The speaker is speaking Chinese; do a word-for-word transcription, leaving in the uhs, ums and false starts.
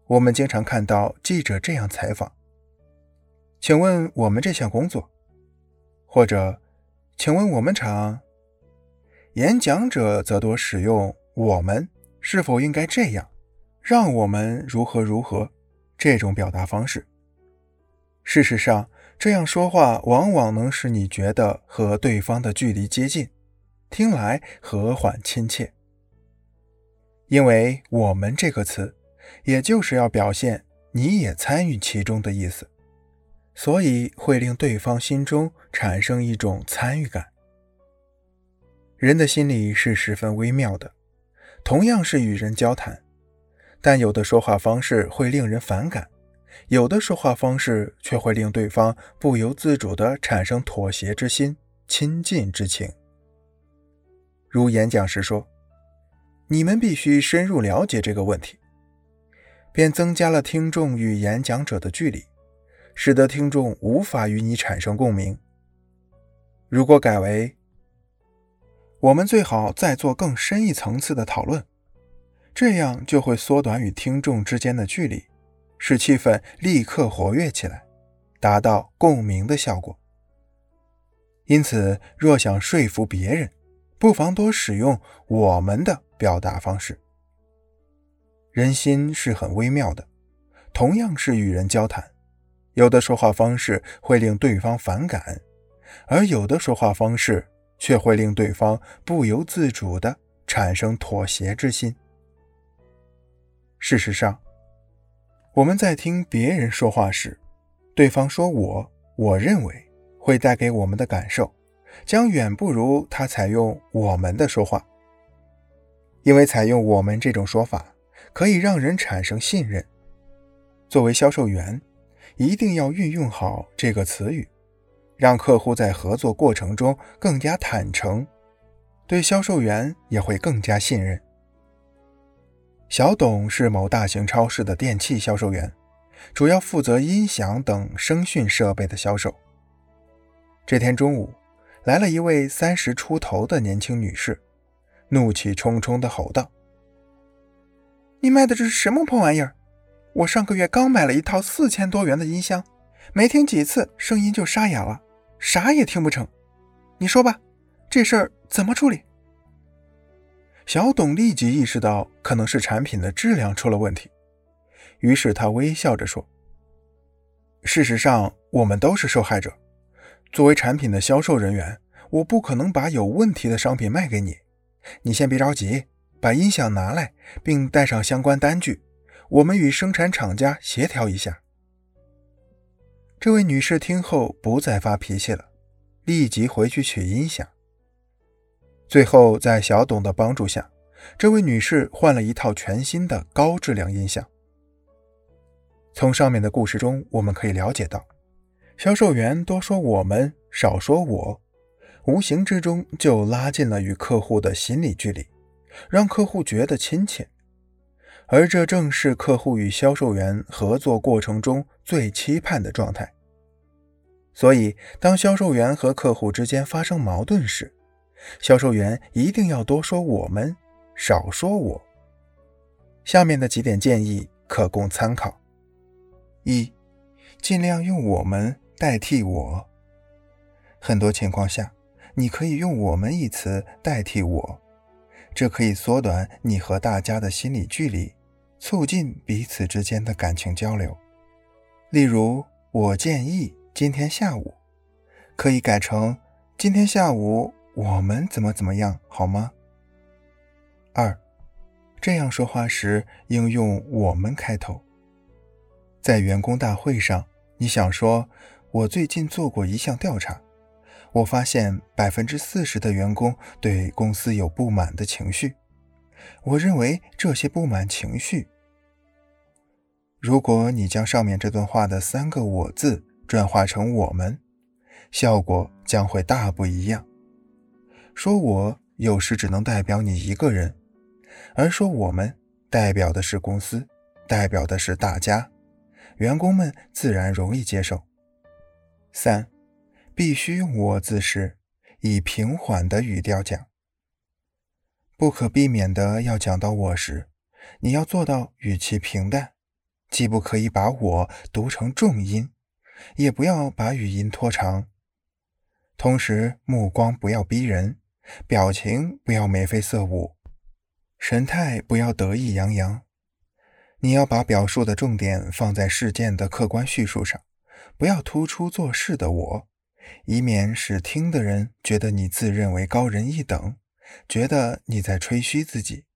我们经常看到记者这样采访：请问我们这项工作，或者请问我们厂。演讲者则多使用我们是否应该这样，让我们如何如何这种表达方式。事实上，这样说话往往能使你觉得和对方的距离接近，听来和缓亲切。因为我们这个词也就是要表现你也参与其中的意思，所以会令对方心中产生一种参与感。人的心理是十分微妙的，同样是与人交谈，但有的说话方式会令人反感，有的说话方式却会令对方不由自主地产生妥协之心、亲近之情。如演讲时说，你们必须深入了解这个问题，便增加了听众与演讲者的距离，使得听众无法与你产生共鸣。如果改为我们最好再做更深一层次的讨论，这样就会缩短与听众之间的距离，使气氛立刻活跃起来，达到共鸣的效果。因此，若想说服别人，不妨多使用我们的表达方式。人心是很微妙的，同样是与人交谈，有的说话方式会令对方反感，而有的说话方式却会令对方不由自主地产生妥协之心。事实上，我们在听别人说话时，对方说我、我认为会带给我们的感受，将远不如他采用我们的说话。因为采用我们这种说法，可以让人产生信任。作为销售员，一定要运用好这个词语，让客户在合作过程中更加坦诚，对销售员也会更加信任。小董是某大型超市的电器销售员，主要负责音响等声讯设备的销售。这天中午，来了一位三十出头的年轻女士，怒气冲冲地吼道：你卖的这是什么破玩意儿？我上个月刚买了一套四千多元的音箱，没听几次声音就沙哑了，啥也听不成。你说吧，这事儿怎么处理？小董立即意识到可能是产品的质量出了问题，于是他微笑着说：事实上，我们都是受害者。作为产品的销售人员，我不可能把有问题的商品卖给你。你先别着急，把音响拿来，并带上相关单据，我们与生产厂家协调一下。这位女士听后不再发脾气了，立即回去取音响。最后在小董的帮助下，这位女士换了一套全新的高质量音响。从上面的故事中，我们可以了解到，销售员多说我们，少说我，无形之中就拉近了与客户的心理距离，让客户觉得亲切。而这正是客户与销售员合作过程中最期盼的状态。所以，当销售员和客户之间发生矛盾时，销售员一定要多说我们，少说我。下面的几点建议可供参考。一，尽量用我们代替我。很多情况下，你可以用我们一词代替我，这可以缩短你和大家的心理距离，促进彼此之间的感情交流。例如，我建议今天下午，可以改成今天下午我们怎么怎么样，好吗？二，这样说话时应用我们开头。在员工大会上，你想说，我最近做过一项调查，我发现 百分之四十 的员工对公司有不满的情绪。我认为这些不满情绪，如果你将上面这段话的三个我字转化成我们，效果将会大不一样。说我有时只能代表你一个人，而说我们代表的是公司，代表的是大家，员工们自然容易接受。三，必须用我字时，以平缓的语调讲。不可避免的要讲到我时，你要做到语气平淡， 既不可以把我读成重音，也不要把语音拖长。同时，目光不要逼人，表情不要眉飞色舞，神态不要得意洋洋。你要把表述的重点放在事件的客观叙述上，不要突出做事的我，以免使听的人觉得你自认为高人一等，觉得你在吹嘘自己。